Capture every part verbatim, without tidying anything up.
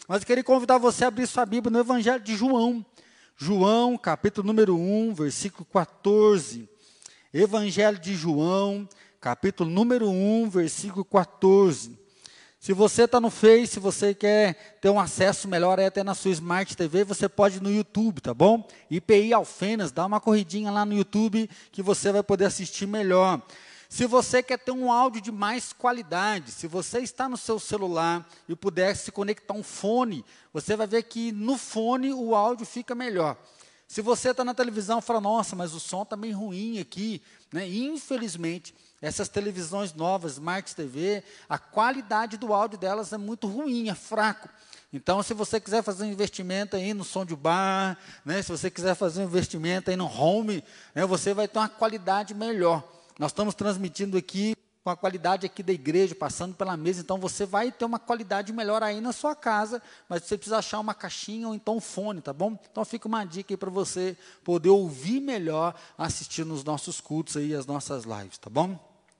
Mas eu queria convidar você a abrir sua Bíblia no Evangelho de João. João, capítulo número um, versículo quatorze. Evangelho de João, capítulo número um, versículo quatorze. Se você está no Face, se você quer ter um acesso melhor aí até na sua Smart T V, você pode ir no YouTube, tá bom? I P I Alfenas, dá uma corridinha lá no YouTube que você vai poder assistir melhor. Se você quer ter um áudio de mais qualidade, se você está no seu celular e puder se conectar um fone, você vai ver que no fone o áudio fica melhor. Se você está na televisão e fala, nossa, mas o som está meio ruim aqui, né? Infelizmente, essas televisões novas, Smart T V, a qualidade do áudio delas é muito ruim, é fraco. Então, se você quiser fazer um investimento aí no som de bar, né? Se você quiser fazer um investimento aí no home, né? Você vai ter uma qualidade melhor. Nós estamos transmitindo aqui com a qualidade aqui da igreja, passando pela mesa, então você vai ter uma qualidade melhor aí na sua casa, mas você precisa achar uma caixinha ou então um fone, tá bom? Então fica uma dica aí para você poder ouvir melhor assistindo os nossos cultos aí, as nossas lives, tá bom?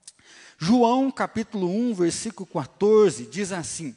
João capítulo um, versículo quatorze, diz assim: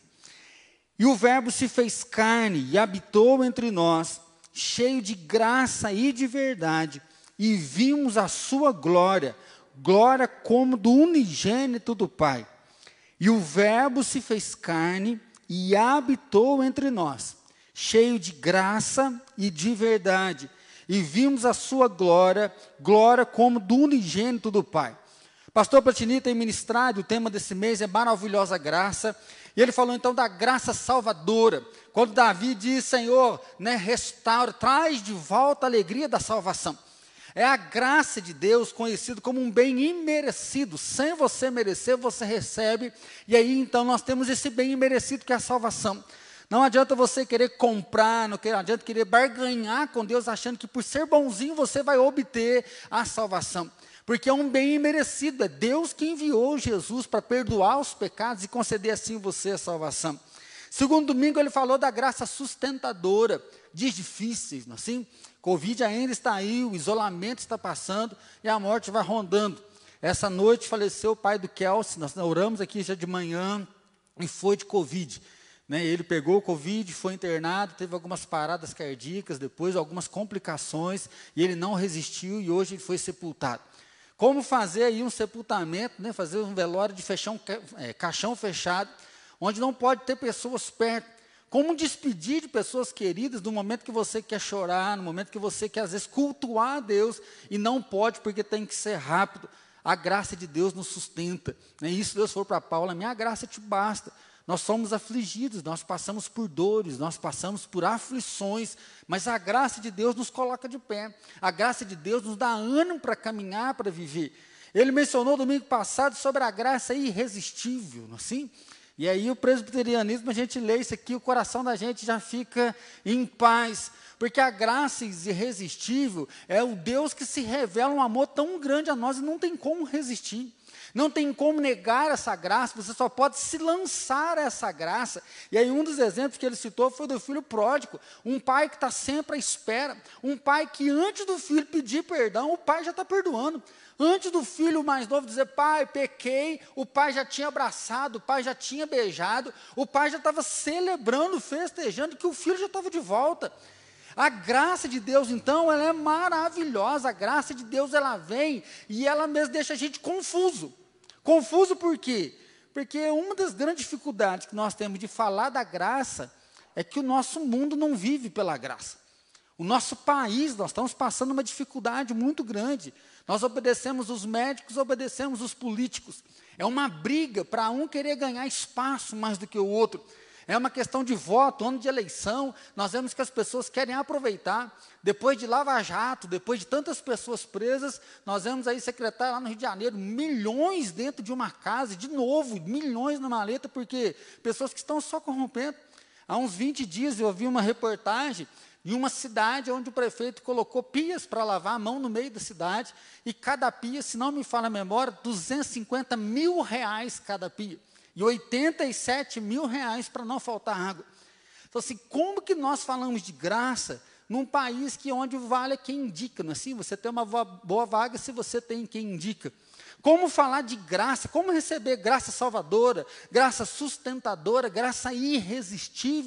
E o verbo se fez carne e habitou entre nós, cheio de graça e de verdade, e vimos a sua glória, glória como do unigênito do Pai. E o verbo se fez carne e habitou entre nós, cheio de graça e de verdade, e vimos a sua glória, glória como do unigênito do Pai. Pastor Platini tem ministrado, o tema desse mês é maravilhosa graça, e ele falou então da graça salvadora, quando Davi diz, Senhor, né, restaura, traz de volta a alegria da salvação. É a graça de Deus conhecido como um bem imerecido, sem você merecer, você recebe, e aí então nós temos esse bem imerecido que é a salvação. Não adianta você querer comprar, não adianta querer barganhar com Deus, achando que por ser bonzinho você vai obter a salvação. Porque é um bem imerecido, é Deus que enviou Jesus para perdoar os pecados e conceder assim você a salvação. Segundo domingo ele falou da graça sustentadora, dias difíceis, não é assim? Covid ainda está aí, o isolamento está passando e a morte vai rondando. Essa noite faleceu o pai do Kelsey, nós oramos aqui já de manhã e foi de Covid. Né? Ele pegou o Covid, foi internado, teve algumas paradas cardíacas, depois algumas complicações e ele não resistiu e hoje ele foi sepultado. Como fazer aí um sepultamento, né? Fazer um velório de fechão, é, caixão fechado, onde não pode ter pessoas perto. Como despedir de pessoas queridas no momento que você quer chorar, no momento que você quer, às vezes, cultuar a Deus, e não pode porque tem que ser rápido. A graça de Deus nos sustenta. Né? E isso Deus falou para Paulo, a minha graça te basta. Nós somos afligidos, nós passamos por dores, nós passamos por aflições, mas a graça de Deus nos coloca de pé. A graça de Deus nos dá ânimo para caminhar, para viver. Ele mencionou domingo passado sobre a graça irresistível, não é assim? E aí o presbiterianismo, a gente lê isso aqui, o coração da gente já fica em paz, porque a graça irresistível é o Deus que se revela um amor tão grande a nós e não tem como resistir. Não tem como negar essa graça, você só pode se lançar a essa graça. E aí um dos exemplos que ele citou foi do filho pródigo, um pai que está sempre à espera, um pai que antes do filho pedir perdão, o pai já está perdoando. Antes do filho mais novo dizer, pai, pequei, o pai já tinha abraçado, o pai já tinha beijado, o pai já estava celebrando, festejando que o filho já estava de volta. A graça de Deus, então, ela é maravilhosa, a graça de Deus, ela vem e ela mesmo deixa a gente confuso. Confuso por quê? Porque uma das grandes dificuldades que nós temos de falar da graça é que o nosso mundo não vive pela graça. O nosso país, nós estamos passando uma dificuldade muito grande. Nós obedecemos os médicos, obedecemos os políticos. É uma briga para um querer ganhar espaço mais do que o outro. É uma questão de voto, ano de eleição, nós vemos que as pessoas querem aproveitar. Depois de Lava Jato, depois de tantas pessoas presas, nós vemos aí secretário lá no Rio de Janeiro, milhões dentro de uma casa, de novo, milhões na maleta, porque pessoas que estão só corrompendo. Há uns vinte dias eu ouvi uma reportagem em uma cidade onde o prefeito colocou pias para lavar a mão no meio da cidade, e cada pia, se não me falha a memória, duzentos e cinquenta mil reais cada pia. E oitenta e sete mil reais para não faltar água. Então, assim, como que nós falamos de graça num país que onde vale é quem indica, não é assim? Você tem uma boa vaga se você tem quem indica. Como falar de graça, como receber graça salvadora, graça sustentadora, graça irresistível.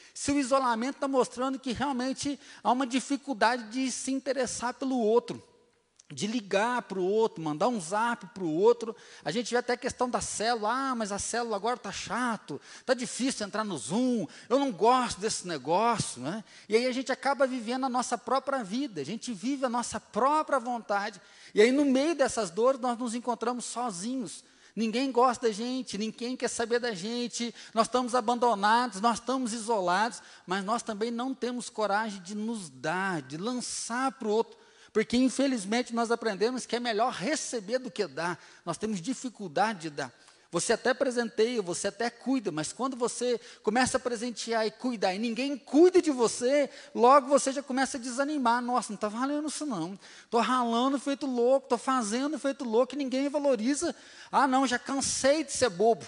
Se o isolamento está mostrando que realmente há uma dificuldade de se interessar pelo outro, de ligar para o outro, mandar um zap para o outro. A gente vê até a questão da célula. Ah, mas a célula agora está chato, está difícil entrar no Zoom, eu não gosto desse negócio. Né? E aí a gente acaba vivendo a nossa própria vida, a gente vive a nossa própria vontade. E aí no meio dessas dores nós nos encontramos sozinhos. Ninguém gosta da gente, ninguém quer saber da gente, nós estamos abandonados, nós estamos isolados, mas nós também não temos coragem de nos dar, de lançar para o outro. Porque, infelizmente, nós aprendemos que é melhor receber do que dar. Nós temos dificuldade de dar. Você até presenteia, você até cuida, mas quando você começa a presentear e cuidar, e ninguém cuida de você, logo você já começa a desanimar. Nossa, não está valendo isso não. Estou ralando feito louco, estou fazendo feito louco, e ninguém valoriza. Ah, não, já cansei de ser bobo.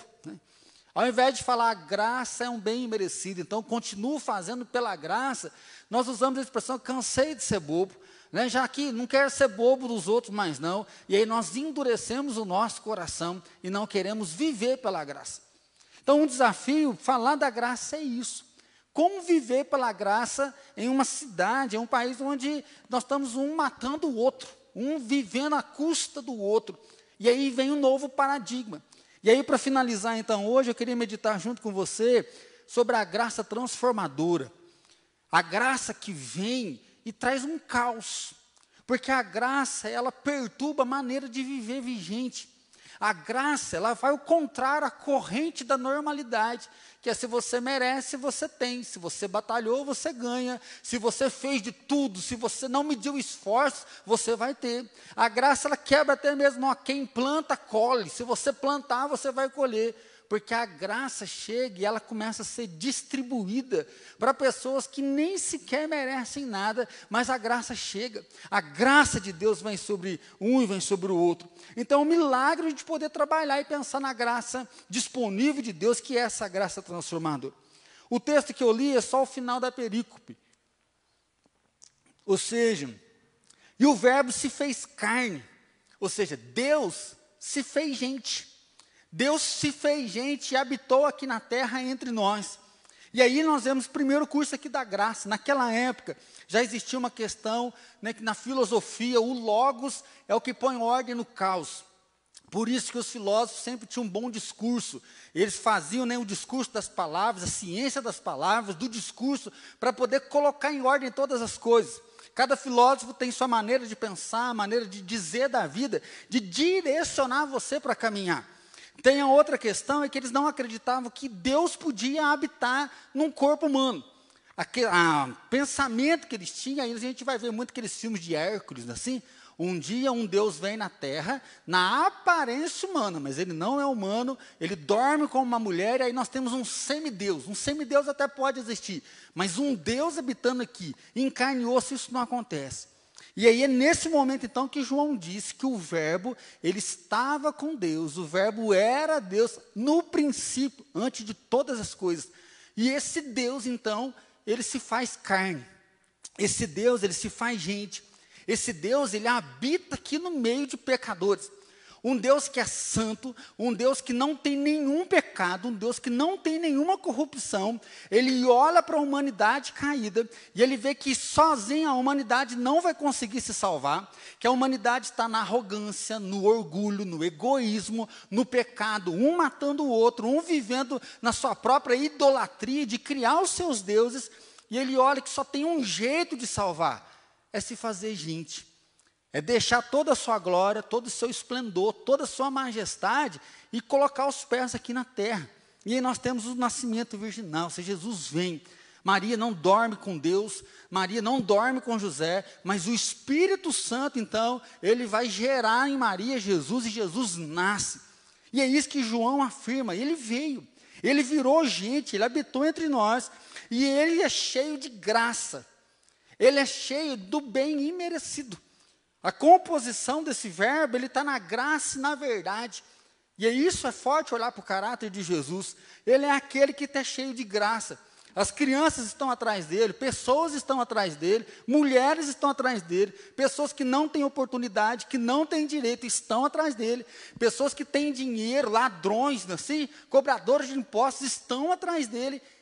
Ao invés de falar, a graça é um bem merecido, então continuo fazendo pela graça, nós usamos a expressão, cansei de ser bobo. Né, já que não quero ser bobo dos outros mais não, e aí nós endurecemos o nosso coração e não queremos viver pela graça. Então um desafio, falar da graça é isso. Como viver pela graça em uma cidade, em um país onde nós estamos um matando o outro, um vivendo à custa do outro. E aí vem um novo paradigma. E aí para finalizar então hoje, eu queria meditar junto com você sobre a graça transformadora. A graça que vem e traz um caos, porque a graça, ela perturba a maneira de viver vigente. A graça, ela vai ao contrário, à corrente da normalidade, que é se você merece, você tem, se você batalhou, você ganha, se você fez de tudo, se você não mediu esforço, você vai ter. A graça, ela quebra até mesmo, ó, quem planta, colhe, se você plantar, você vai colher. Porque a graça chega e ela começa a ser distribuída para pessoas que nem sequer merecem nada, mas a graça chega. A graça de Deus vem sobre um e vem sobre o outro. Então, é um milagre a gente poder trabalhar e pensar na graça disponível de Deus, que é essa graça transformadora. O texto que eu li é só o final da perícope. Ou seja, e o verbo se fez carne. Ou seja, Deus se fez gente. Deus se fez gente e habitou aqui na terra entre nós. E aí nós vemos o primeiro curso aqui da graça. Naquela época, já existia uma questão, né, que na filosofia, o logos é o que põe ordem no caos. Por isso que os filósofos sempre tinham um bom discurso. Eles faziam, né, o discurso das palavras, a ciência das palavras, do discurso, para poder colocar em ordem todas as coisas. Cada filósofo tem sua maneira de pensar, maneira de dizer da vida, de direcionar você para caminhar. Tem a outra questão, é que eles não acreditavam que Deus podia habitar num corpo humano. Aquele a, pensamento que eles tinham, aí a gente vai ver muito aqueles filmes de Hércules, assim. Um dia um Deus vem na terra, na aparência humana, mas ele não é humano, ele dorme com uma mulher, e aí nós temos um semideus. Um semideus até pode existir, mas um Deus habitando aqui, em carne e osso, isso não acontece. E aí é nesse momento, então, que João disse que o verbo, ele estava com Deus, o verbo era Deus no princípio, antes de todas as coisas. E esse Deus, então, ele se faz carne. Esse Deus, ele se faz gente. Esse Deus, ele habita aqui no meio de pecadores. Um Deus que é santo, um Deus que não tem nenhum pecado, um Deus que não tem nenhuma corrupção. Ele olha para a humanidade caída e ele vê que sozinha a humanidade não vai conseguir se salvar, que a humanidade está na arrogância, no orgulho, no egoísmo, no pecado, um matando o outro, um vivendo na sua própria idolatria de criar os seus deuses, e ele olha que só tem um jeito de salvar, é se fazer gente. É deixar toda a sua glória, todo o seu esplendor, toda a sua majestade e colocar os pés aqui na terra. E aí nós temos o nascimento virginal, ou seja, Jesus vem. Maria não dorme com Deus, Maria não dorme com José, mas o Espírito Santo, então, ele vai gerar em Maria Jesus e Jesus nasce. E é isso que João afirma, ele veio, ele virou gente, ele habitou entre nós e ele é cheio de graça. Ele é cheio do bem imerecido. A composição desse verbo, ele está na graça e na verdade. E isso é forte olhar para o caráter de Jesus. Ele é aquele que está cheio de graça. As crianças estão atrás dele, pessoas estão atrás dele, mulheres estão atrás dele, pessoas que não têm oportunidade, que não têm direito, estão atrás dele, pessoas que têm dinheiro, ladrões, assim, cobradores de impostos, estão atrás dele,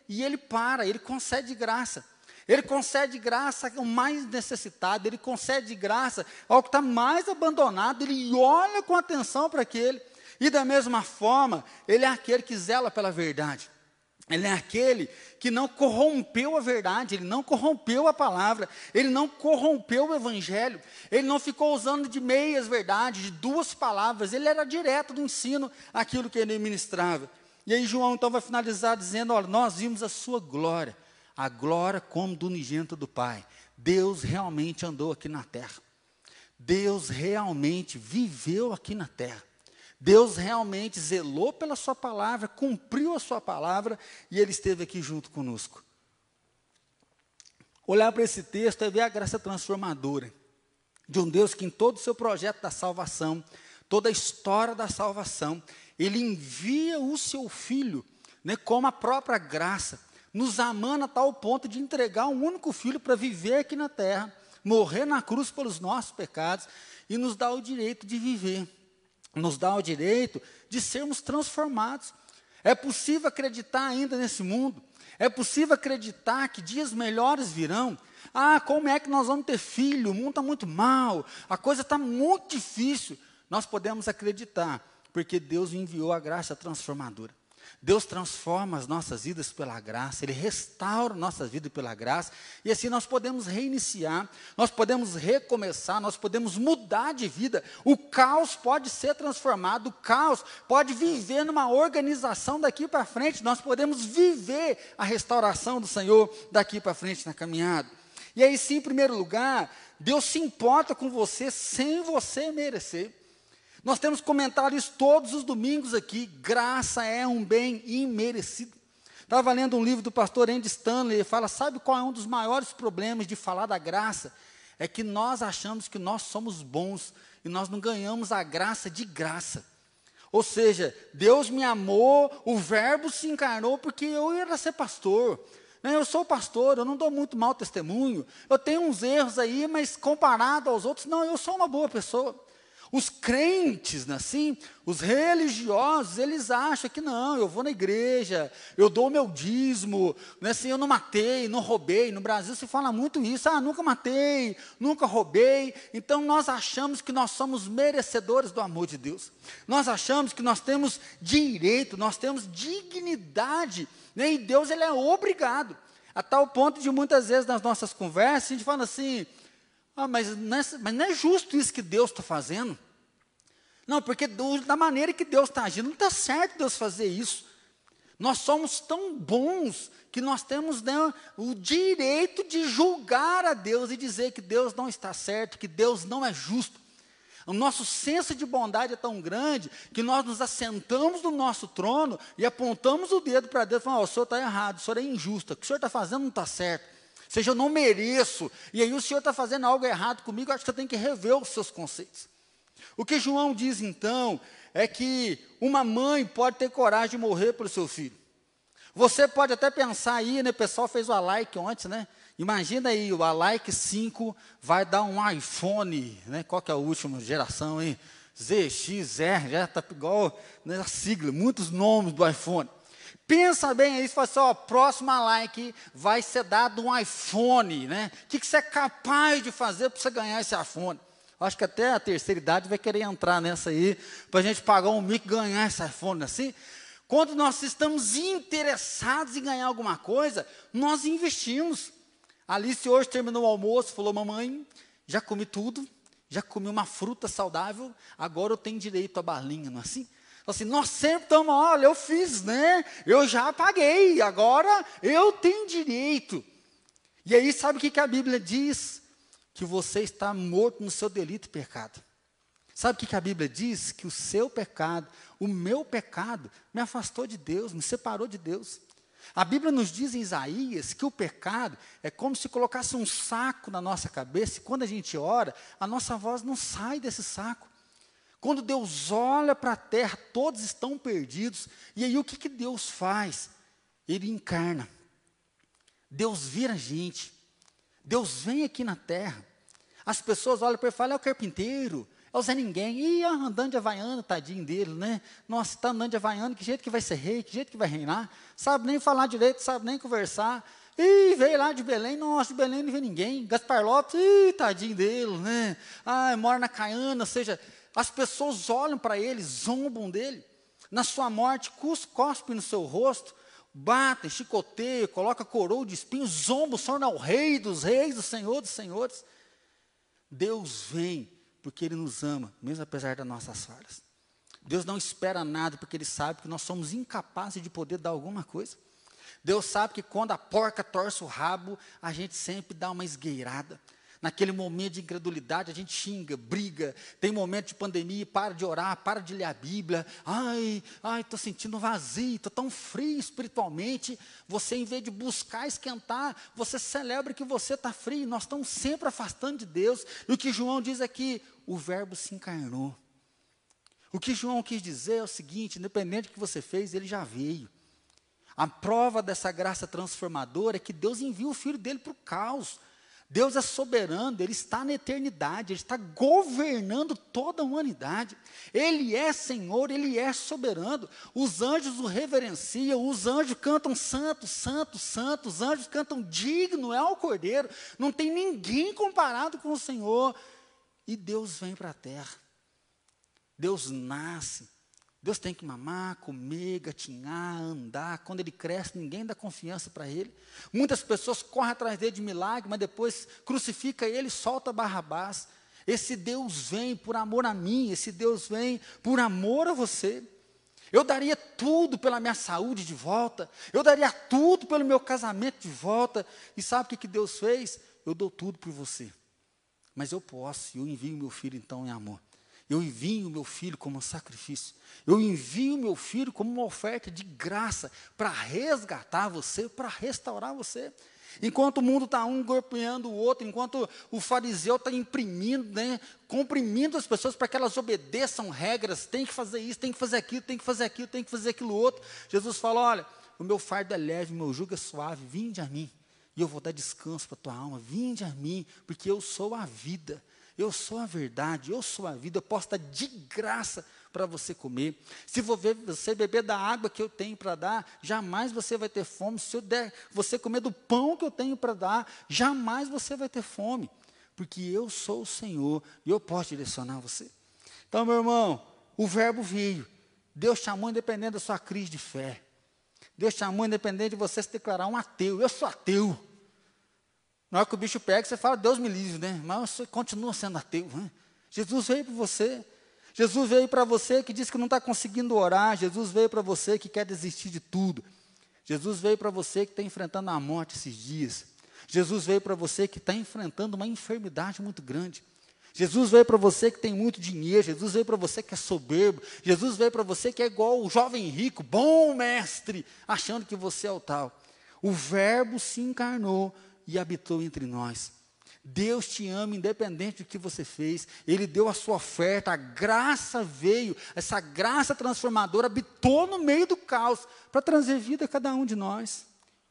e ele para, ele concede graça. Ele concede graça ao mais necessitado, ele concede graça ao que está mais abandonado, ele olha com atenção para aquele. E da mesma forma, ele é aquele que zela pela verdade. Ele é aquele que não corrompeu a verdade, ele não corrompeu a palavra, ele não corrompeu o evangelho, ele não ficou usando de meias verdades, de duas palavras, ele era direto do ensino aquilo que ele ministrava. E aí João então vai finalizar dizendo, olha, nós vimos a sua glória, a glória como do unigênito do Pai. Deus realmente andou aqui na terra. Deus realmente viveu aqui na terra. Deus realmente zelou pela sua palavra, cumpriu a sua palavra, e Ele esteve aqui junto conosco. Olhar para esse texto é ver a graça transformadora de um Deus que em todo o seu projeto da salvação, toda a história da salvação, Ele envia o seu Filho, né, como a própria graça, nos amando a tal ponto de entregar um único Filho para viver aqui na terra, morrer na cruz pelos nossos pecados, e nos dar o direito de viver. Nos dá o direito de sermos transformados. É possível acreditar ainda nesse mundo. É possível acreditar que dias melhores virão. Ah, como é que nós vamos ter filho? O mundo está muito mal. A coisa está muito difícil. Nós podemos acreditar, porque Deus enviou a graça transformadora. Deus transforma as nossas vidas pela graça, Ele restaura nossas vidas pela graça, e assim nós podemos reiniciar, nós podemos recomeçar, nós podemos mudar de vida. O caos pode ser transformado, o caos pode viver numa organização daqui para frente, nós podemos viver a restauração do Senhor daqui para frente na caminhada. E aí sim, em primeiro lugar, Deus se importa com você sem você merecer. Nós temos comentado isso todos os domingos aqui. Graça é um bem imerecido. Estava lendo um livro do pastor Andy Stanley, ele fala, sabe qual é um dos maiores problemas de falar da graça? É que nós achamos que nós somos bons e nós não ganhamos a graça de graça. Ou seja, Deus me amou, o verbo se encarnou porque eu ia ser pastor. Eu sou pastor, eu não dou muito mau testemunho, eu tenho uns erros aí, mas comparado aos outros, não, eu sou uma boa pessoa. Os crentes, assim, os religiosos, eles acham que não, eu vou na igreja, eu dou o meu dízimo, né, assim, eu não matei, não roubei. No Brasil se fala muito isso, ah, nunca matei, nunca roubei. Então nós achamos que nós somos merecedores do amor de Deus. Nós achamos que nós temos direito, nós temos dignidade, né, e Deus ele é obrigado. A tal ponto de muitas vezes nas nossas conversas, a gente fala assim, ah, mas, não é, mas não é justo isso que Deus está fazendo. Não, porque do, da maneira que Deus está agindo, não está certo Deus fazer isso. Nós somos tão bons que nós temos, né, o direito de julgar a Deus e dizer que Deus não está certo, que Deus não é justo. O nosso senso de bondade é tão grande que nós nos assentamos no nosso trono e apontamos o dedo para Deus e falamos, oh, o senhor está errado, o senhor é injusto, o que o senhor está fazendo não está certo. Ou seja, eu não mereço, e aí o Senhor está fazendo algo errado comigo, eu acho que eu tenho que rever os seus conceitos. O que João diz então, é que uma mãe pode ter coragem de morrer pelo seu filho. Você pode até pensar aí, né, o pessoal fez o Alike ontem, né? Imagina aí, o Alike cinco vai dar um iPhone, né? Qual que é a última geração aí? Z X R, já está igual, né, a sigla, muitos nomes do iPhone. Pensa bem aí, você fala assim, ó, próxima like vai ser dado um iPhone, né? O que, que você é capaz de fazer para você ganhar esse iPhone? Acho que até a terceira idade vai querer entrar nessa aí, para a gente pagar um mico e ganhar esse iPhone, assim. Quando nós estamos interessados em ganhar alguma coisa, nós investimos. A Alice hoje terminou o almoço, falou, mamãe, já comi tudo, já comi uma fruta saudável, agora eu tenho direito à balinha, não é assim? Assim, nós sempre estamos, olha, eu fiz, né? Eu já paguei, agora eu tenho direito. E aí, sabe o que, que a Bíblia diz? Que você está morto no seu delito e pecado. Sabe o que, que a Bíblia diz? Que o seu pecado, o meu pecado, me afastou de Deus, me separou de Deus. A Bíblia nos diz em Isaías que o pecado é como se colocasse um saco na nossa cabeça, e quando a gente ora, a nossa voz não sai desse saco. Quando Deus olha para a terra, todos estão perdidos. E aí o que, que Deus faz? Ele encarna. Deus vira gente. Deus vem aqui na terra. As pessoas olham para ele e falam, é o carpinteiro, É o Zé Ninguém. Ih, andando de Havaiana, tadinho dele, né? Nossa, está andando de Havaiana, que jeito que vai ser rei, que jeito que vai reinar. Sabe nem falar direito, sabe nem conversar. Ih, veio lá de Belém, nossa, de Belém não vê ninguém. Gaspar Lopes, ih, tadinho dele, né? Ah, mora na Caiana, ou seja, as pessoas olham para ele, zombam dele. Na sua morte, cospe no seu rosto, batem, chicoteiam, coloca coroa de espinhos, zombam, o Senhor é o rei dos reis, o Senhor dos senhores. Deus vem porque Ele nos ama, mesmo apesar das nossas falhas. Deus não espera nada, porque Ele sabe que nós somos incapazes de poder dar alguma coisa. Deus sabe que quando a porca torce o rabo, a gente sempre dá uma esgueirada. Naquele momento de incredulidade, a gente xinga, briga. Tem momento de pandemia, para de orar, para de ler a Bíblia. Ai, ai, estou sentindo vazio, estou tão frio espiritualmente. Você, em vez de buscar esquentar, você celebra que você está frio. Nós estamos sempre afastando de Deus. E o que João diz aqui, o verbo se encarnou. O que João quis dizer é o seguinte, independente do que você fez, ele já veio. A prova dessa graça transformadora é que Deus envia o Filho dele para o caos. Deus é soberano, Ele está na eternidade, Ele está governando toda a humanidade. Ele é Senhor, Ele é soberano. Os anjos o reverenciam, os anjos cantam santo, santo, santo. Os anjos cantam digno é o Cordeiro. Não tem ninguém comparado com o Senhor. E Deus vem para a terra. Deus nasce. Deus tem que mamar, comer, gatinhar, andar. Quando ele cresce, ninguém dá confiança para ele. Muitas pessoas correm atrás dele de milagre, mas depois crucifica ele e solta Barrabás. Esse Deus vem por amor a mim, esse Deus vem por amor a você. Eu daria tudo pela minha saúde de volta, eu daria tudo pelo meu casamento de volta. E sabe o que, que Deus fez? Eu dou tudo por você. Mas eu posso, eu envio meu filho então em amor. Eu envio o meu filho como um sacrifício. Eu envio o meu filho como uma oferta de graça para resgatar você, para restaurar você. Enquanto o mundo está um golpeando o outro, enquanto o fariseu está imprimindo, né, comprimindo as pessoas para que elas obedeçam regras, tem que fazer isso, tem que fazer aquilo, tem que fazer aquilo, tem que fazer aquilo outro. Jesus fala, olha, o meu fardo é leve, o meu jugo é suave, vinde a mim, e eu vou dar descanso para a tua alma, vinde a mim, porque eu sou a vida. Eu sou a verdade, eu sou a vida, eu posso dar de graça para você comer. Se você beber da água que eu tenho para dar, jamais você vai ter fome. Se eu der você comer do pão que eu tenho para dar, jamais você vai ter fome. Porque eu sou o Senhor e eu posso direcionar você. Então, meu irmão, o verbo veio. Deus chamou independente da sua crise de fé. Deus chamou independente de você se declarar um ateu. Eu sou ateu. Na hora que o bicho pega, você fala, Deus me livre, né? Mas você continua sendo ateu, né? Jesus veio para você. Jesus veio para você que diz que não está conseguindo orar. Jesus veio para você que quer desistir de tudo. Jesus veio para você que está enfrentando a morte esses dias. Jesus veio para você que está enfrentando uma enfermidade muito grande. Jesus veio para você que tem muito dinheiro. Jesus veio para você que é soberbo. Jesus veio para você que é igual o jovem rico, bom mestre, achando que você é o tal. O verbo se encarnou e habitou entre nós. Deus te ama independente do que você fez. Ele deu a sua oferta, a graça veio, essa graça transformadora habitou no meio do caos para trazer vida a cada um de nós.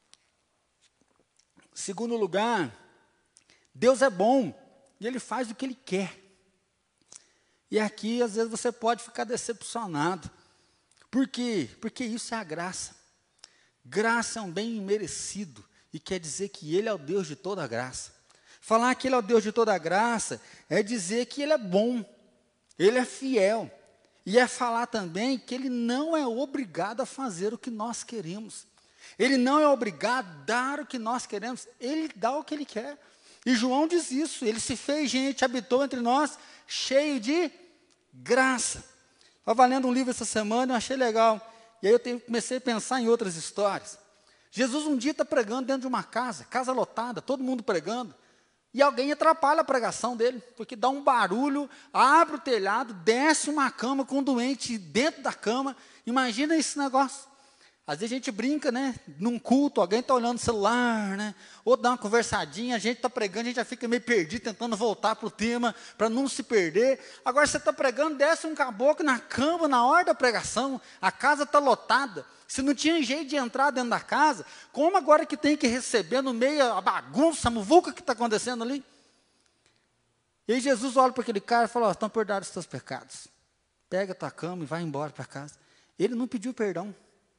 Segundo lugar, Deus é bom e Ele faz o que Ele quer. E aqui às vezes você pode ficar decepcionado. Por quê? Porque isso é a graça. Graça é um bem imerecido. E quer dizer que Ele é o Deus de toda a graça. Falar que Ele é o Deus de toda a graça é dizer que Ele é bom, Ele é fiel. E é falar também que Ele não é obrigado a fazer o que nós queremos. Ele não é obrigado a dar o que nós queremos, Ele dá o que Ele quer. E João diz isso, Ele se fez gente, habitou entre nós, cheio de graça. Estava lendo um livro essa semana, eu achei legal. E aí eu comecei a pensar em outras histórias. Jesus um dia está pregando dentro de uma casa, casa lotada, todo mundo pregando, e alguém atrapalha a pregação dele, porque dá um barulho, abre o telhado, desce uma cama com um doente dentro da cama. Imagina esse negócio. Às vezes a gente brinca, né, num culto, alguém está olhando o celular, né, ou dá uma conversadinha, a gente está pregando, a gente já fica meio perdido, tentando voltar para o tema, para não se perder. Agora você está pregando, desce um caboclo na cama, na hora da pregação, a casa está lotada. Se não tinha jeito de entrar dentro da casa, como agora que tem que receber no meio a bagunça, a muvuca que está acontecendo ali? E aí Jesus olha para aquele cara e fala, ó, estão perdoados os teus pecados. Pega a tua cama e vai embora para casa. Ele não pediu perdão.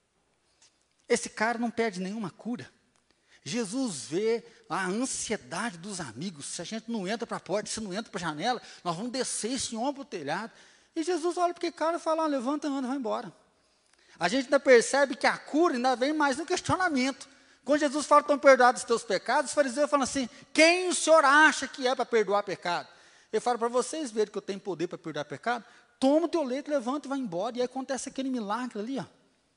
Esse cara não pede nenhuma cura. Jesus vê a ansiedade dos amigos. Se a gente não entra para a porta, se não entra para a janela, nós vamos descer esse homem para o telhado. E Jesus olha para aquele cara e fala, ó, levanta, anda, vai embora. A gente ainda percebe que a cura ainda vem mais no questionamento. Quando Jesus fala, estão perdoados os teus pecados, os fariseus falam assim, quem o senhor acha que é para perdoar pecado? Ele fala, para vocês verem que eu tenho poder para perdoar pecado, toma o teu leito, levanta e vai embora. E aí acontece aquele milagre ali, ó.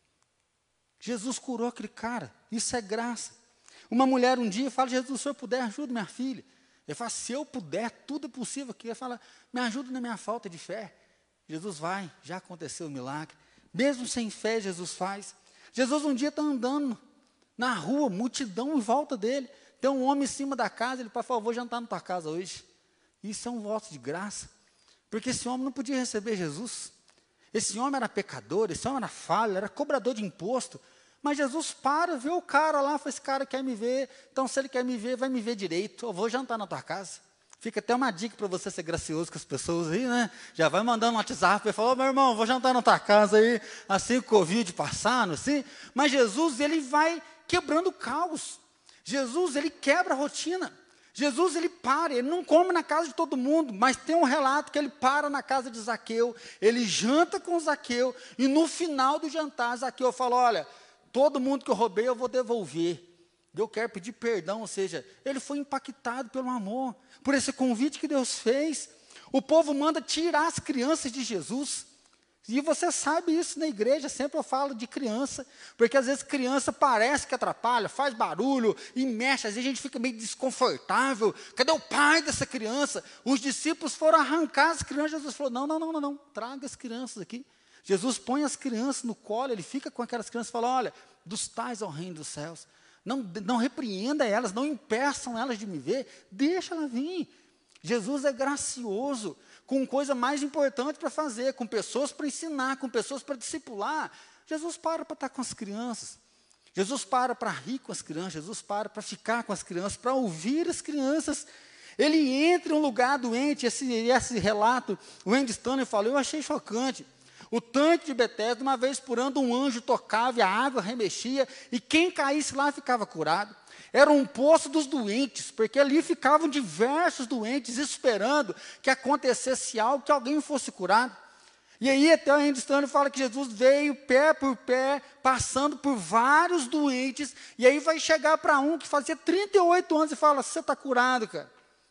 Jesus curou aquele cara, isso é graça. Uma mulher um dia fala, Jesus, se o senhor puder, ajuda minha filha. Ele fala, se eu puder, tudo é possível aqui. Ele fala, me ajuda na minha falta de fé. Jesus vai, já aconteceu o milagre. Mesmo sem fé, Jesus faz. Jesus um dia está andando na rua, multidão em volta dele. Tem um homem em cima da casa, ele fala, por favor, jantar na tua casa hoje. Isso é um voto de graça. Porque esse homem não podia receber Jesus. Esse homem era pecador, esse homem era falho, era cobrador de imposto. Mas Jesus para, vê o cara lá, fala, esse cara quer me ver, então se ele quer me ver, vai me ver direito, eu vou jantar na tua casa. Fica até uma dica para você ser gracioso com as pessoas aí, né? Já vai mandando um WhatsApp, e fala, oh, meu irmão, vou jantar na tua casa aí, assim o Covid passando, assim. Mas Jesus, ele vai quebrando o caos. Jesus, ele quebra a rotina. Jesus, ele para, ele não come na casa de todo mundo, mas tem um relato que ele para na casa de Zaqueu, ele janta com Zaqueu, e no final do jantar, Zaqueu fala, olha, todo mundo que eu roubei eu vou devolver. Eu quero pedir perdão, ou seja, ele foi impactado pelo amor, por esse convite que Deus fez. O povo manda tirar as crianças de Jesus. E você sabe isso na igreja, sempre eu falo de criança, porque às vezes criança parece que atrapalha, faz barulho e mexe, às vezes a gente fica meio desconfortável. Cadê o pai dessa criança? Os discípulos foram arrancar as crianças, Jesus falou, não, não, não, não, não, traga as crianças aqui. Jesus põe as crianças no colo, ele fica com aquelas crianças e fala, olha, dos tais ao reino dos céus. Não, não repreenda elas, não impeçam elas de me ver, deixa ela vir. Jesus é gracioso, com coisa mais importante para fazer, com pessoas para ensinar, com pessoas para discipular. Jesus para para estar com as crianças. Jesus para para rir com as crianças, Jesus para para ficar com as crianças, para ouvir as crianças. Ele entra em um lugar doente, esse, esse relato, o Andy Stanley falou, eu achei chocante. O tanque de Betesda, uma vez por ano, um anjo tocava e a água remexia, e quem caísse lá ficava curado. Era um poço dos doentes, porque ali ficavam diversos doentes esperando que acontecesse algo, que alguém fosse curado. E aí até o Andy Stanley fala que Jesus veio pé por pé, passando por vários doentes, e aí vai chegar para um que fazia trinta e oito anos e fala, você está curado, cara.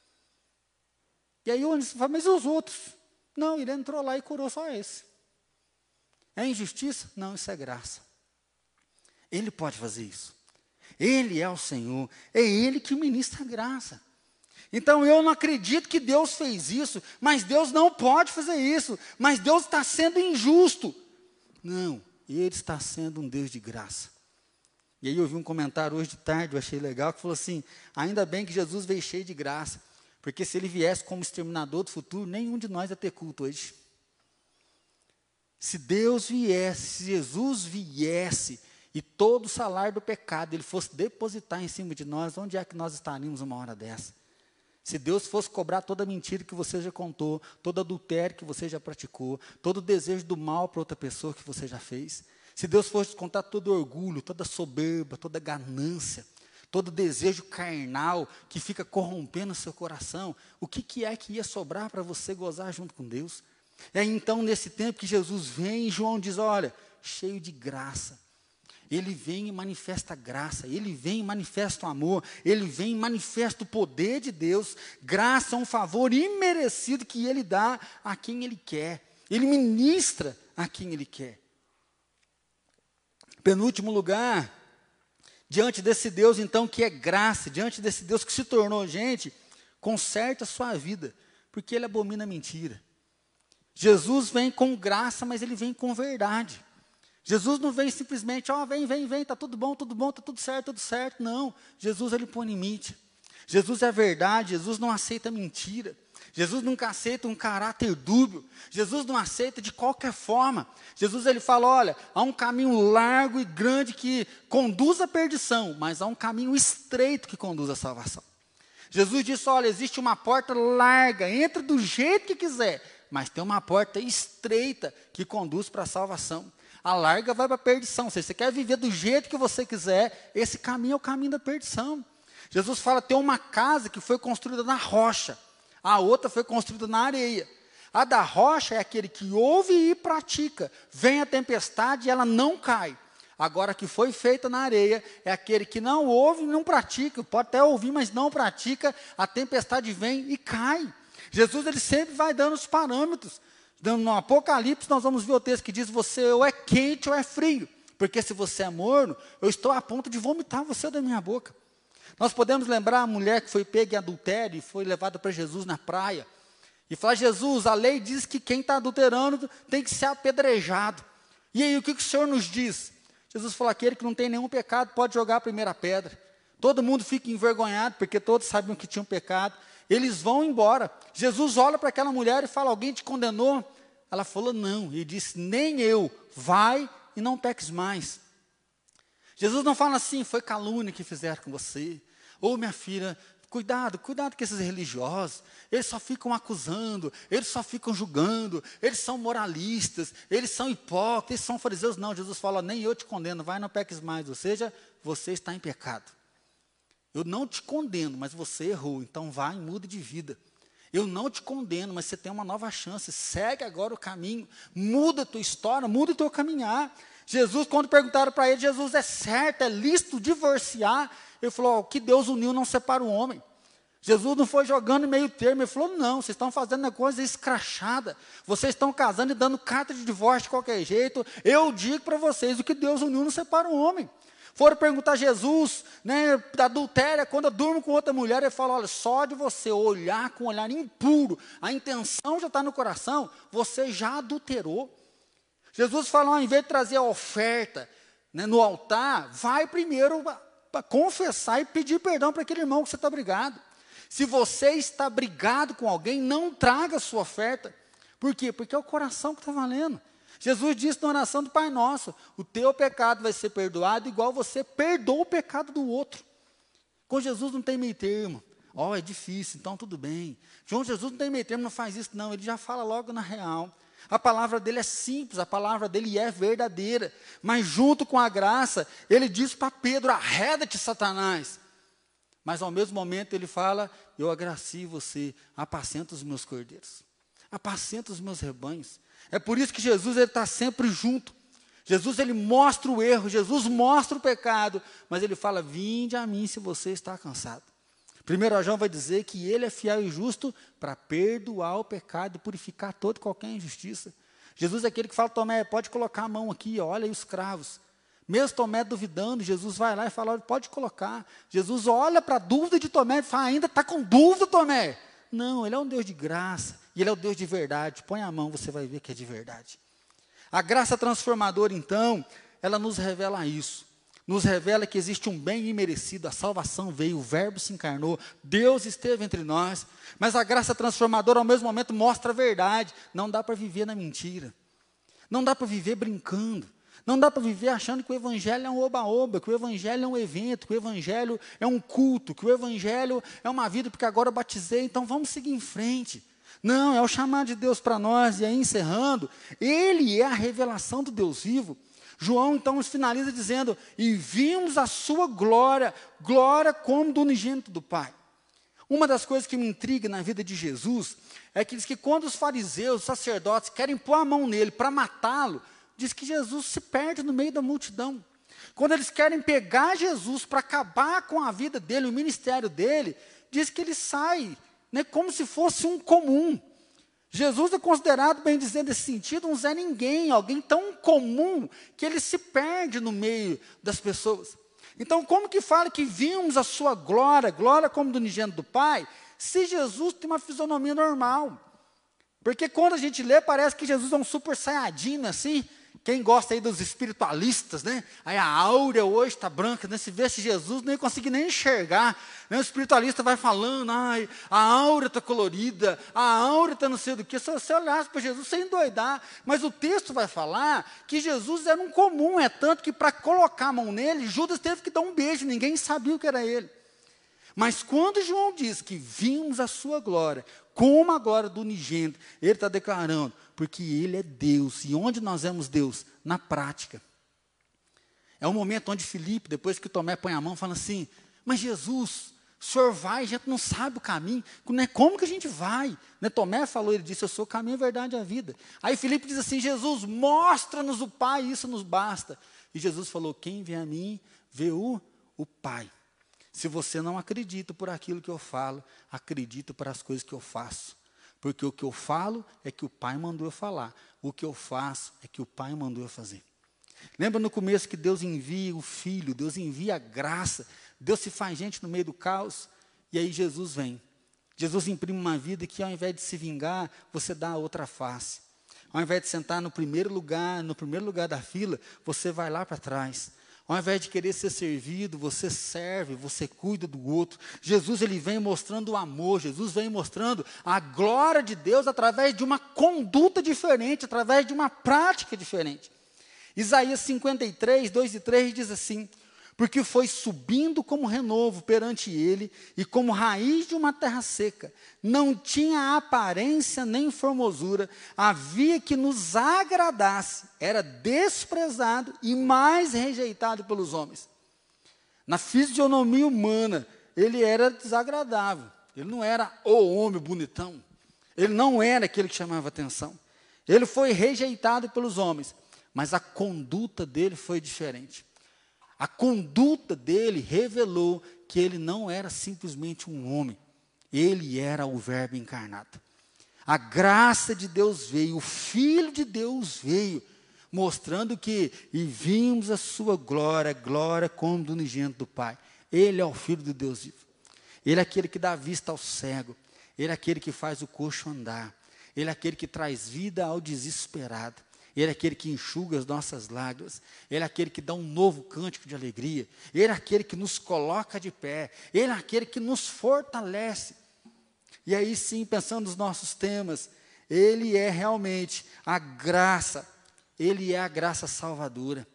E aí o Andy fala, mas e os outros? Não, ele entrou lá e curou só esse. É injustiça? Não, isso é graça. Ele pode fazer isso. Ele é o Senhor, é Ele que ministra a graça. Então eu não acredito que Deus fez isso, mas Deus não pode fazer isso, mas Deus está sendo injusto. Não, Ele está sendo um Deus de graça. E aí eu vi um comentário hoje de tarde, eu achei legal, que falou assim, ainda bem que Jesus veio cheio de graça, porque se Ele viesse como exterminador do futuro, nenhum de nós ia ter culto hoje. Se Deus viesse, se Jesus viesse, e todo o salário do pecado, Ele fosse depositar em cima de nós, onde é que nós estaríamos uma hora dessa? Se Deus fosse cobrar toda mentira que você já contou, todo adultério que você já praticou, todo desejo do mal para outra pessoa que você já fez, se Deus fosse contar todo orgulho, toda soberba, toda ganância, todo desejo carnal que fica corrompendo o seu coração, o que, que é que ia sobrar para você gozar junto com Deus? É então nesse tempo que Jesus vem e João diz, olha, cheio de graça. Ele vem e manifesta graça, Ele vem e manifesta o amor, Ele vem e manifesta o poder de Deus. Graça é um favor imerecido que Ele dá a quem Ele quer. Ele ministra a quem Ele quer. Penúltimo lugar, diante desse Deus então que é graça, diante desse Deus que se tornou gente, conserte a sua vida, porque Ele abomina a mentira. Jesus vem com graça, mas Ele vem com verdade. Jesus não vem simplesmente, ó, oh, vem, vem, vem, está tudo bom, tudo bom, está tudo certo, tudo certo. Não, Jesus, Ele põe limite. Jesus é verdade, Jesus não aceita mentira. Jesus nunca aceita um caráter dúbio. Jesus não aceita de qualquer forma. Jesus, Ele fala, olha, há um caminho largo e grande que conduz à perdição, mas há um caminho estreito que conduz à salvação. Jesus disse, olha, existe uma porta larga, entra do jeito que quiser, mas tem uma porta estreita que conduz para a salvação. A larga vai para a perdição. Se você quer viver do jeito que você quiser, esse caminho é o caminho da perdição. Jesus fala, tem uma casa que foi construída na rocha, a outra foi construída na areia. A da rocha é aquele que ouve e pratica. Vem a tempestade e ela não cai. Agora, a que foi feita na areia é aquele que não ouve e não pratica. Pode até ouvir, mas não pratica. A tempestade vem e cai. Jesus, ele sempre vai dando os parâmetros. No Apocalipse, nós vamos ver o texto que diz, você ou é quente ou é frio. Porque se você é morno, eu estou a ponto de vomitar você da minha boca. Nós podemos lembrar a mulher que foi pega em adultério e foi levada para Jesus na praia. E falar, Jesus, a lei diz que quem está adulterando tem que ser apedrejado. E aí, o que, que o Senhor nos diz? Jesus falou, aquele que não tem nenhum pecado pode jogar a primeira pedra. Todo mundo fica envergonhado, porque todos sabiam que tinham pecado. Eles vão embora. Jesus olha para aquela mulher e fala, alguém te condenou? Ela falou, não. Ele disse, nem eu. Vai e não peques mais. Jesus não fala assim, foi calúnia que fizeram com você. Ou minha filha, cuidado, cuidado com esses religiosos. Eles só ficam acusando, eles só ficam julgando, eles são moralistas, eles são hipócritas, eles são fariseus. Não, Jesus fala, nem eu te condeno, vai e não peques mais. Ou seja, você está em pecado. Eu não te condeno, mas você errou, então vai e muda de vida. Eu não te condeno, mas você tem uma nova chance. Segue agora o caminho, muda a tua história, muda o teu caminhar. Jesus, quando perguntaram para ele, Jesus, é certo, é lícito divorciar? Ele falou, o que Deus uniu não separa o homem. Jesus não foi jogando meio termo, ele falou, não, vocês estão fazendo uma coisa escrachada. Vocês estão casando e dando carta de divórcio de qualquer jeito. Eu digo para vocês, o que Deus uniu não separa o homem. Foram perguntar a Jesus, né, da adultéria, quando eu durmo com outra mulher, ele fala, olha, só de você olhar com um olhar impuro, a intenção já está no coração, você já adulterou. Jesus falou, ao invés de trazer a oferta, né, no altar, vai primeiro para confessar e pedir perdão para aquele irmão que você está brigado. Se você está brigado com alguém, não traga a sua oferta. Por quê? Porque é o coração que está valendo. Jesus disse na oração do Pai Nosso, o teu pecado vai ser perdoado igual você perdoa o pecado do outro. Com Jesus não tem meio termo. Ó, oh, é difícil, então tudo bem. João Jesus não tem meio termo, não faz isso não, ele já fala logo na real. A palavra dele é simples, a palavra dele é verdadeira. Mas junto com a graça, ele diz para Pedro, arreda-te, Satanás. Mas ao mesmo momento ele fala, eu agracio você, apacenta os meus cordeiros. Apacenta os meus rebanhos. É por isso que Jesus está sempre junto. Jesus, ele mostra o erro, Jesus mostra o pecado, mas ele fala, vinde a mim se você está cansado. Primeiro João vai dizer que ele é fiel e justo para perdoar o pecado e purificar toda e qualquer injustiça. Jesus é aquele que fala, Tomé, pode colocar a mão aqui, olha aí os cravos. Mesmo Tomé duvidando, Jesus vai lá e fala, pode colocar. Jesus olha para a dúvida de Tomé e fala, ainda está com dúvida, Tomé? Não, ele é um Deus de graça, e ele é o Deus de verdade. Põe a mão, você vai ver que é de verdade. A graça transformadora, então, ela nos revela isso. Nos revela que existe um bem imerecido, a salvação veio, o verbo se encarnou, Deus esteve entre nós. Mas a graça transformadora, ao mesmo momento, mostra a verdade. Não dá para viver na mentira. Não dá para viver brincando. Não dá para viver achando que o evangelho é um oba-oba, que o evangelho é um evento, que o evangelho é um culto, que o evangelho é uma vida, porque agora eu batizei, então vamos seguir em frente. Não, é o chamado de Deus para nós, e aí encerrando, ele é a revelação do Deus vivo. João então finaliza dizendo, e vimos a sua glória, glória como do unigênito do Pai. Uma das coisas que me intriga na vida de Jesus, é que diz que quando os fariseus, os sacerdotes, querem pôr a mão nele para matá-lo, diz que Jesus se perde no meio da multidão. Quando eles querem pegar Jesus para acabar com a vida dele, o ministério dele, diz que ele sai, né, como se fosse um comum. Jesus é considerado, bem dizendo nesse sentido, um Zé Ninguém, alguém tão comum que ele se perde no meio das pessoas. Então, como que fala que vimos a sua glória, glória como do unigênito do Pai, se Jesus tem uma fisionomia normal? Porque quando a gente lê, parece que Jesus é um super saiyajin, assim. Quem gosta aí dos espiritualistas, né? Aí a áurea hoje está branca, né? Se vesse Jesus, nem conseguir nem enxergar. Né? O espiritualista vai falando, ai, a áurea está colorida, a áurea está não sei do que. Se você olhasse para Jesus, você ia endoidar. Mas o texto vai falar que Jesus era um comum, é tanto que para colocar a mão nele, Judas teve que dar um beijo, ninguém sabia o que era ele. Mas quando João diz que vimos a sua glória, como a glória do unigênito, ele está declarando, porque ele é Deus. E onde nós vemos Deus? Na prática. É um momento onde Filipe, depois que Tomé põe a mão, fala assim, mas Jesus, o Senhor vai, a gente não sabe o caminho, como que a gente vai? Né? Tomé falou, ele disse, eu sou o caminho, a verdade e a vida. Aí Filipe diz assim, Jesus, mostra-nos o Pai, isso nos basta. E Jesus falou, quem vem a mim, vê o, o Pai. Se você não acredita por aquilo que eu falo, acredita por as coisas que eu faço. Porque o que eu falo é que o Pai mandou eu falar. O que eu faço é que o Pai mandou eu fazer. Lembra no começo que Deus envia o Filho, Deus envia a graça, Deus se faz gente no meio do caos, e aí Jesus vem. Jesus imprime uma vida que ao invés de se vingar, você dá a outra face. Ao invés de sentar no primeiro lugar, no primeiro lugar da fila, você vai lá para trás. Ao invés de querer ser servido, você serve, você cuida do outro. Jesus, ele vem mostrando o amor, Jesus vem mostrando a glória de Deus através de uma conduta diferente, através de uma prática diferente. Isaías cinquenta e três, dois e três diz assim, porque foi subindo como renovo perante ele e como raiz de uma terra seca, não tinha aparência nem formosura, havia que nos agradasse, era desprezado e mais rejeitado pelos homens. Na fisionomia humana, ele era desagradável, ele não era o homem bonitão, ele não era aquele que chamava atenção, ele foi rejeitado pelos homens, mas a conduta dele foi diferente. A conduta dele revelou que ele não era simplesmente um homem, ele era o Verbo encarnado. A graça de Deus veio, o Filho de Deus veio, mostrando que, e vimos a sua glória, glória como do unigênito do Pai. Ele é o Filho de Deus vivo. Ele é aquele que dá vista ao cego, ele é aquele que faz o coxo andar, ele é aquele que traz vida ao desesperado. Ele é aquele que enxuga as nossas lágrimas, ele é aquele que dá um novo cântico de alegria, ele é aquele que nos coloca de pé, ele é aquele que nos fortalece. E aí sim, pensando nos nossos temas, ele é realmente a graça, ele é a graça salvadora.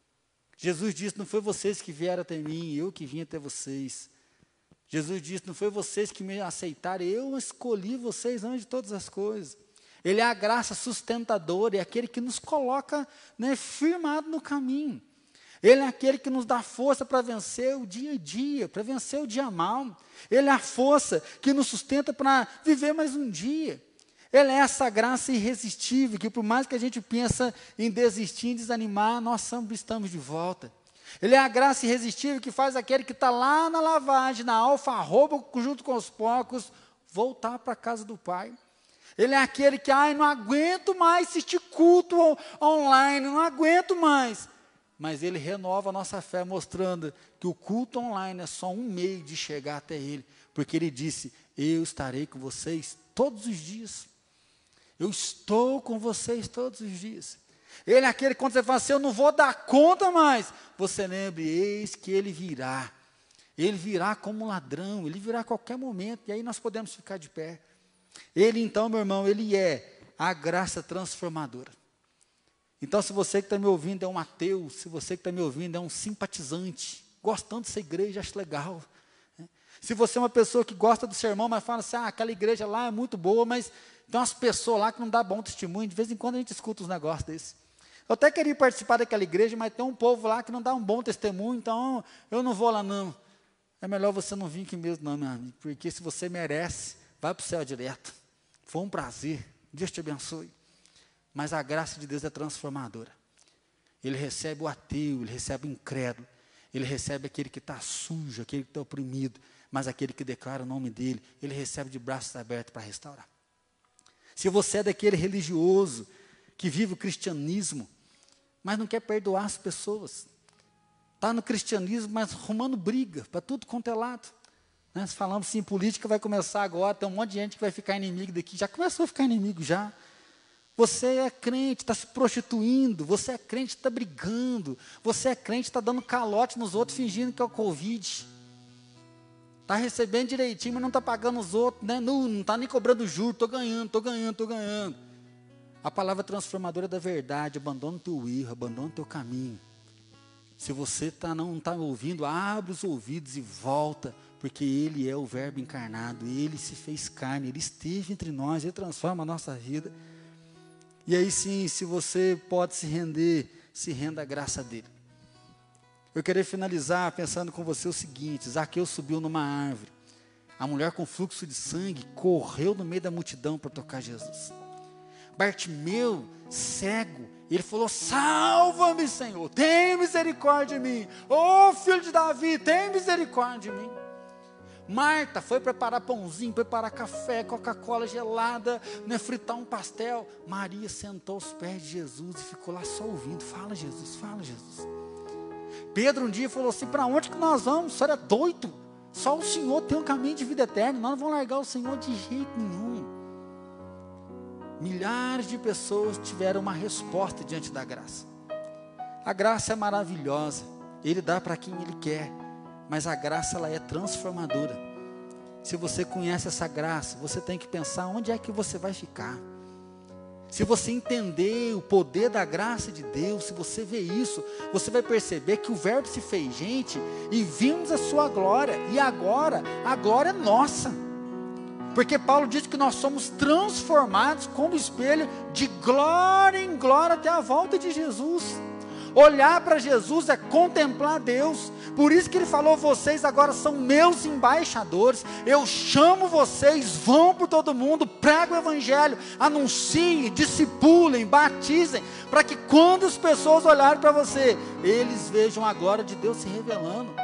Jesus disse, não foi vocês que vieram até mim, eu que vim até vocês. Jesus disse, não foi vocês que me aceitaram, eu escolhi vocês antes de todas as coisas. Ele é a graça sustentadora, é aquele que nos coloca, né, firmado no caminho. Ele é aquele que nos dá força para vencer o dia a dia, para vencer o dia mal. Ele é a força que nos sustenta para viver mais um dia. Ele é essa graça irresistível, que por mais que a gente pense em desistir, em desanimar, nós sempre estamos de volta. Ele é a graça irresistível que faz aquele que está lá na lavagem, na alfarroba, junto com os porcos, voltar para a casa do Pai. Ele é aquele que, ai, não aguento mais assistir culto online, não aguento mais. Mas ele renova a nossa fé, mostrando que o culto online é só um meio de chegar até ele. Porque ele disse, eu estarei com vocês todos os dias. Eu estou com vocês todos os dias. Ele é aquele que quando você fala assim, eu não vou dar conta mais. Você lembre, eis que ele virá. Ele virá como um ladrão, ele virá a qualquer momento. E aí nós podemos ficar de pé. Ele então, meu irmão, ele é a graça transformadora. Então, se você que está me ouvindo é um ateu, se você que está me ouvindo é um simpatizante, gostando dessa igreja, acho legal. Né? Se você é uma pessoa que gosta do sermão, mas fala assim, ah, aquela igreja lá é muito boa, mas tem umas pessoas lá que não dão bom testemunho, de vez em quando a gente escuta uns negócios desses. Eu até queria participar daquela igreja, mas tem um povo lá que não dá um bom testemunho, então eu não vou lá não. É melhor você não vir aqui mesmo não, meu amigo, porque se você merece, vai para o céu direto. Foi um prazer. Deus te abençoe. Mas a graça de Deus é transformadora. Ele recebe o ateu, ele recebe o incrédulo. Ele recebe aquele que está sujo, aquele que está oprimido. Mas aquele que declara o nome dele, ele recebe de braços abertos para restaurar. Se você é daquele religioso que vive o cristianismo, mas não quer perdoar as pessoas, está no cristianismo, mas arrumando briga para tudo quanto é lado. Né? Se falamos assim, política vai começar agora, tem um monte de gente que vai ficar inimigo daqui, já começou a ficar inimigo já. Você é crente, está se prostituindo, você é crente, está brigando, você é crente, está dando calote nos outros, fingindo que é o Covid. Está recebendo direitinho, mas não está pagando os outros, né? não está nem cobrando juros, estou ganhando, estou ganhando, estou ganhando. A palavra transformadora da verdade, abandona o teu erro, abandona o teu caminho. Se você tá, não está ouvindo, abre os ouvidos e volta, Porque Ele é o Verbo encarnado, Ele se fez carne, Ele esteve entre nós, Ele transforma a nossa vida. E aí sim, se você pode se render, se renda à graça dEle. Eu queria finalizar pensando com você o seguinte: Zaqueu subiu numa árvore, a mulher com fluxo de sangue correu no meio da multidão para tocar Jesus. Bartimeu, cego, ele falou: salva-me, Senhor, tem misericórdia de mim, ô filho de Davi, tem misericórdia de mim. Marta foi preparar pãozinho, preparar café, Coca-Cola gelada, né, fritar um pastel. Maria sentou aos pés de Jesus e ficou lá só ouvindo: fala Jesus, fala Jesus. Pedro um dia falou assim: para onde que nós vamos? O senhor é doido, só o Senhor tem um caminho de vida eterna, nós não vamos largar o Senhor de jeito nenhum. Milhares de pessoas tiveram uma resposta diante da graça. A graça é maravilhosa, Ele dá para quem Ele quer, mas a graça ela é transformadora. Se você conhece essa graça, você tem que pensar onde é que você vai ficar. Se você entender o poder da graça de Deus, se você vê isso, você vai perceber que o Verbo se fez gente e vimos a sua glória, e agora a glória é nossa. Porque Paulo diz que nós somos transformados como espelho de glória em glória até a volta de Jesus. Olhar para Jesus é contemplar Deus. Por isso que ele falou: vocês agora são meus embaixadores. Eu chamo vocês, vão por todo mundo, pregam o evangelho, anunciem, discipulem, batizem, para que quando as pessoas olharem para você, eles vejam a glória de Deus se revelando.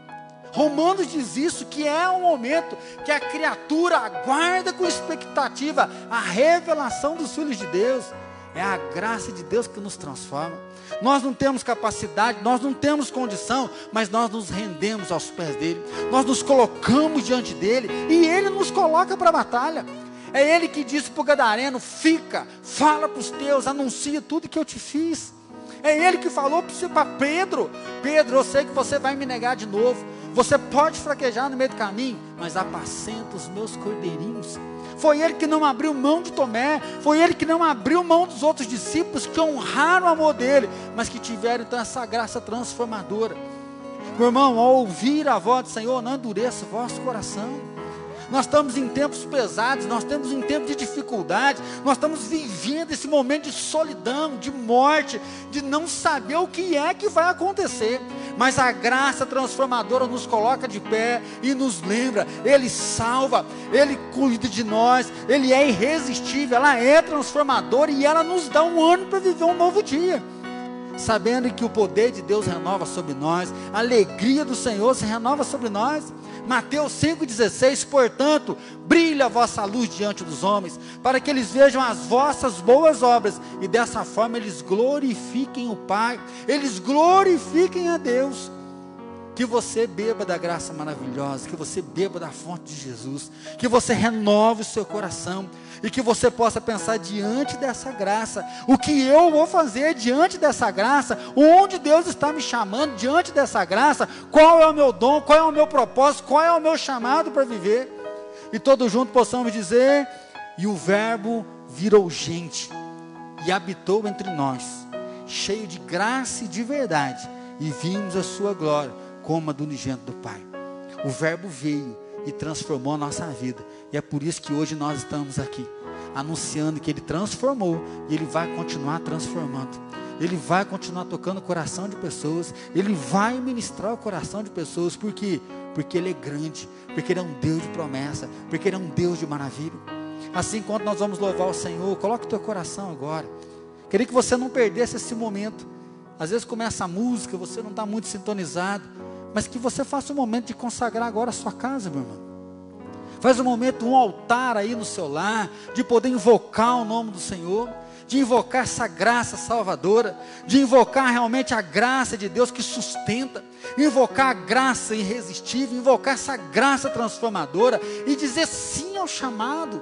Romanos diz isso, que é um momento que a criatura aguarda com expectativa a revelação dos filhos de Deus. É a graça de Deus que nos transforma. Nós não temos capacidade, nós não temos condição, mas nós nos rendemos aos pés dele, nós nos colocamos diante dele, e ele nos coloca para a batalha. É ele que disse para o gadareno: fica, fala para os teus, anuncia tudo que eu te fiz. É ele que falou para Pedro: Pedro, eu sei que você vai me negar de novo, você pode fraquejar no meio do caminho, mas apacenta os meus cordeirinhos. Foi ele que não abriu mão de Tomé, foi ele que não abriu mão dos outros discípulos que honraram o amor dele, mas que tiveram então essa graça transformadora. Meu irmão, ao ouvir a voz do Senhor, não endureça o vosso coração. Nós estamos em tempos pesados, nós estamos em tempos de dificuldade, nós estamos vivendo esse momento de solidão, de morte, de não saber o que é que vai acontecer, mas a graça transformadora nos coloca de pé e nos lembra: Ele salva, Ele cuida de nós, Ele é irresistível, ela é transformadora e ela nos dá um ânimo para viver um novo dia, sabendo que o poder de Deus renova sobre nós, a alegria do Senhor se renova sobre nós. Mateus cinco dezesseis: portanto, brilha a vossa luz diante dos homens, para que eles vejam as vossas boas obras, e dessa forma eles glorifiquem o Pai, eles glorifiquem a Deus. Que você beba da graça maravilhosa, que você beba da fonte de Jesus, que você renove o seu coração, e que você possa pensar diante dessa graça: o que eu vou fazer diante dessa graça, onde Deus está me chamando diante dessa graça, qual é o meu dom, qual é o meu propósito, qual é o meu chamado para viver. E todos juntos possamos dizer: e o Verbo virou gente, e habitou entre nós, cheio de graça e de verdade, e vimos a sua glória, como a do unigênito do Pai. O Verbo veio e transformou a nossa vida, e é por isso que hoje nós estamos aqui, anunciando que Ele transformou, e Ele vai continuar transformando, Ele vai continuar tocando o coração de pessoas, Ele vai ministrar o coração de pessoas. Por quê? Porque Ele é grande, porque Ele é um Deus de promessa, porque Ele é um Deus de maravilha. Assim, quando nós vamos louvar o Senhor, coloque o teu coração agora. Queria que você não perdesse esse momento. Às vezes começa a música, você não está muito sintonizado, mas que você faça um momento de consagrar agora a sua casa, meu irmão. Faz um momento, um altar aí no seu lar, de poder invocar o nome do Senhor, de invocar essa graça salvadora, de invocar realmente a graça de Deus que sustenta, invocar a graça irresistível, invocar essa graça transformadora, e dizer sim ao chamado.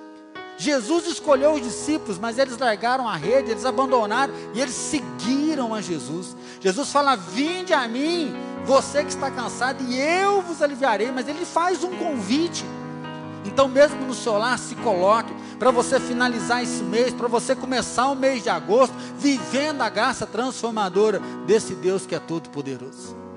Jesus escolheu os discípulos, mas eles largaram a rede, eles abandonaram, e eles seguiram a Jesus. Jesus fala: vinde a mim, você que está cansado, e eu vos aliviarei. Mas Ele faz um convite. Então mesmo no seu lar, se coloque, para você finalizar esse mês, para você começar o mês de agosto, vivendo a graça transformadora desse Deus que é todo poderoso.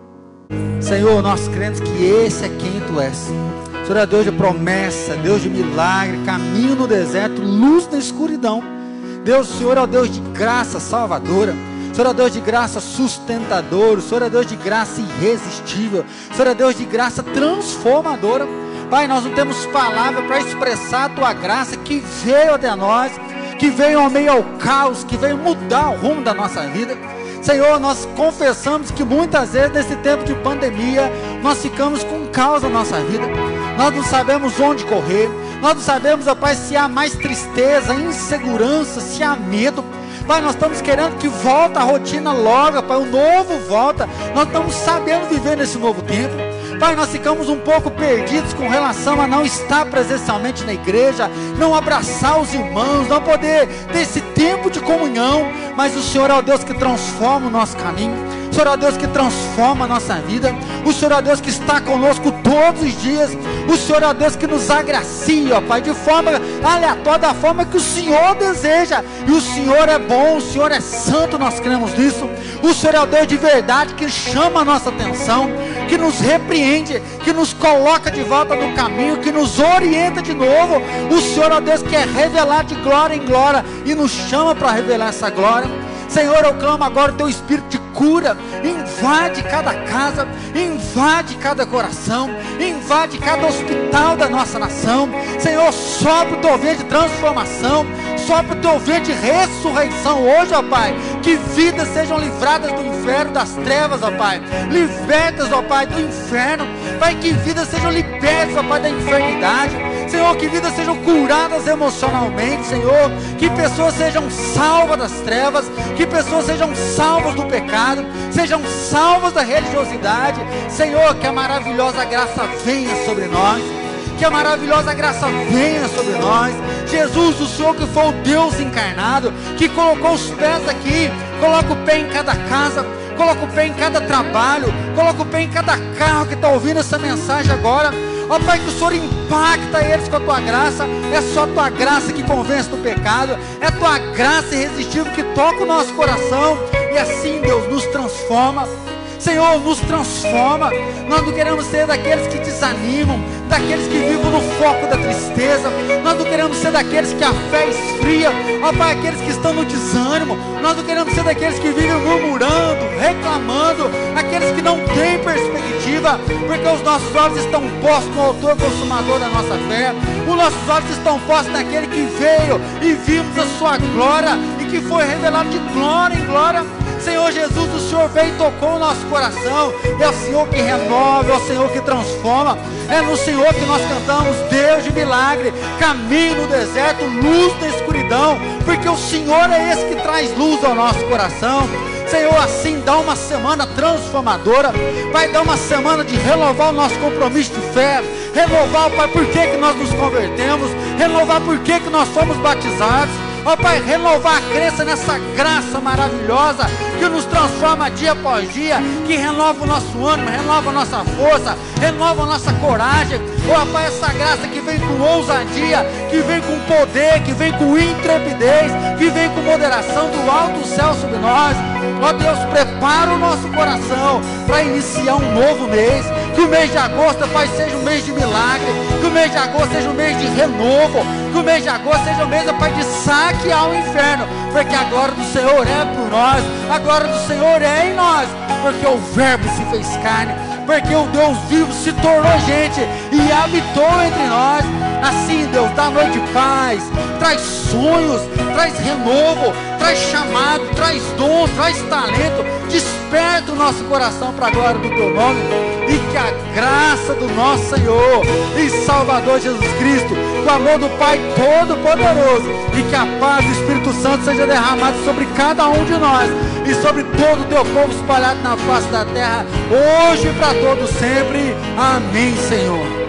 Senhor, nós cremos que esse é quem Tu és. O Senhor é Deus de promessa, Deus de milagre, caminho no deserto, luz na escuridão. Deus, o Senhor é o Deus de graça salvadora. O Senhor é Deus de graça sustentador. O Senhor é Deus de graça irresistível. O Senhor é Deus de graça transformadora. Pai, nós não temos palavra para expressar a Tua graça que veio até nós, que veio ao meio ao caos, que veio mudar o rumo da nossa vida. Senhor, nós confessamos que muitas vezes nesse tempo de pandemia, nós ficamos com caos na nossa vida. Nós não sabemos onde correr. Nós não sabemos, ó Pai, se há mais tristeza, insegurança, se há medo. Pai, nós estamos querendo que volta a rotina logo, Pai, o novo volta. Nós estamos sabendo viver nesse novo tempo. Pai, nós ficamos um pouco perdidos com relação a não estar presencialmente na igreja, não abraçar os irmãos, não poder ter esse tempo de comunhão. Mas o Senhor é o Deus que transforma o nosso caminho. O Senhor é o Deus que transforma a nossa vida. O Senhor é o Deus que está conosco todos os dias. O Senhor é o Deus que nos agracia, ó Pai, de forma aleatória, da forma que o Senhor deseja. E o Senhor é bom, o Senhor é santo, nós cremos nisso. O Senhor é o Deus de verdade que chama a nossa atenção, que nos repreende, que nos coloca de volta no caminho, que nos orienta de novo. O Senhor é o Deus que é revelado de glória em glória e nos chama para revelar essa glória. Senhor, eu clamo agora o Teu Espírito de cura, invade cada casa, invade cada coração, invade cada hospital da nossa nação. Senhor, sopra o Teu vento de transformação, sopra o Teu vento de ressurreição hoje, ó Pai, que vidas sejam livradas do inferno, das trevas, ó Pai, libertas, ó Pai, do inferno. Pai, que vidas sejam libertas, ó Pai, da enfermidade. Senhor, que vidas sejam curadas emocionalmente, Senhor, que pessoas sejam salvas das trevas, que pessoas sejam salvas do pecado, sejam salvas da religiosidade. Senhor, que a maravilhosa graça venha sobre nós, que a maravilhosa graça venha sobre nós. Jesus, o Senhor que foi o Deus encarnado, que colocou os pés aqui, coloca o pé em cada casa, coloca o pé em cada trabalho, coloca o pé em cada carro que está ouvindo essa mensagem agora. Ó Pai, que o Senhor impacta eles com a Tua graça. É só a Tua graça que convence do pecado, é a Tua graça irresistível que toca o nosso coração. E assim, Deus, nos transforma. Senhor, nos transforma. Nós não queremos ser daqueles que desanimam, daqueles que vivem no foco da tristeza. Nós não queremos ser daqueles que a fé esfria, ó Pai, aqueles que estão no desânimo. Nós não queremos ser daqueles que vivem murmurando, reclamando, aqueles que não têm perspectiva, porque os nossos olhos estão postos no autor e consumador da nossa fé. Os nossos olhos estão postos naquele que veio e vimos a Sua glória e que foi revelado de glória em glória. Senhor Jesus, o Senhor veio e tocou o nosso coração. É o Senhor que renova, é o Senhor que transforma. É no Senhor que nós cantamos Deus de milagre, caminho no deserto, luz na escuridão, porque o Senhor é esse que traz luz ao nosso coração. Senhor, assim dá uma semana transformadora. Vai dar uma semana de renovar o nosso compromisso de fé, renovar, Pai, por que que nós nos convertemos, renovar por que que nós fomos batizados. Ó Pai, renovar a crença nessa graça maravilhosa que nos transforma dia após dia, que renova o nosso ânimo, renova a nossa força, renova a nossa coragem. Ó Pai, essa graça que vem com ousadia, que vem com poder, que vem com intrepidez, que vem com moderação do alto céu sobre nós. Ó Deus, prepara o nosso coração para iniciar um novo mês. Que o mês de agosto, Pai, seja um mês de milagre. Que o mês de agosto seja um mês de renovo. Que o mês de agosto seja um mês, Pai, de saquear o inferno. Porque a glória do Senhor é por nós. A glória do Senhor é em nós. Porque o Verbo se fez carne. Porque o Deus vivo se tornou gente e habitou entre nós. Assim, Deus, dá noite de paz, traz sonhos, traz renovo, traz chamado, traz dom, traz talento. Desperta o nosso coração para a glória do Teu nome. E que a graça do nosso Senhor e Salvador Jesus Cristo, o amor do Pai Todo-Poderoso e que a paz do Espírito Santo seja derramada sobre cada um de nós e sobre todo o Teu povo espalhado na face da terra, hoje e para todos sempre. Amém, Senhor.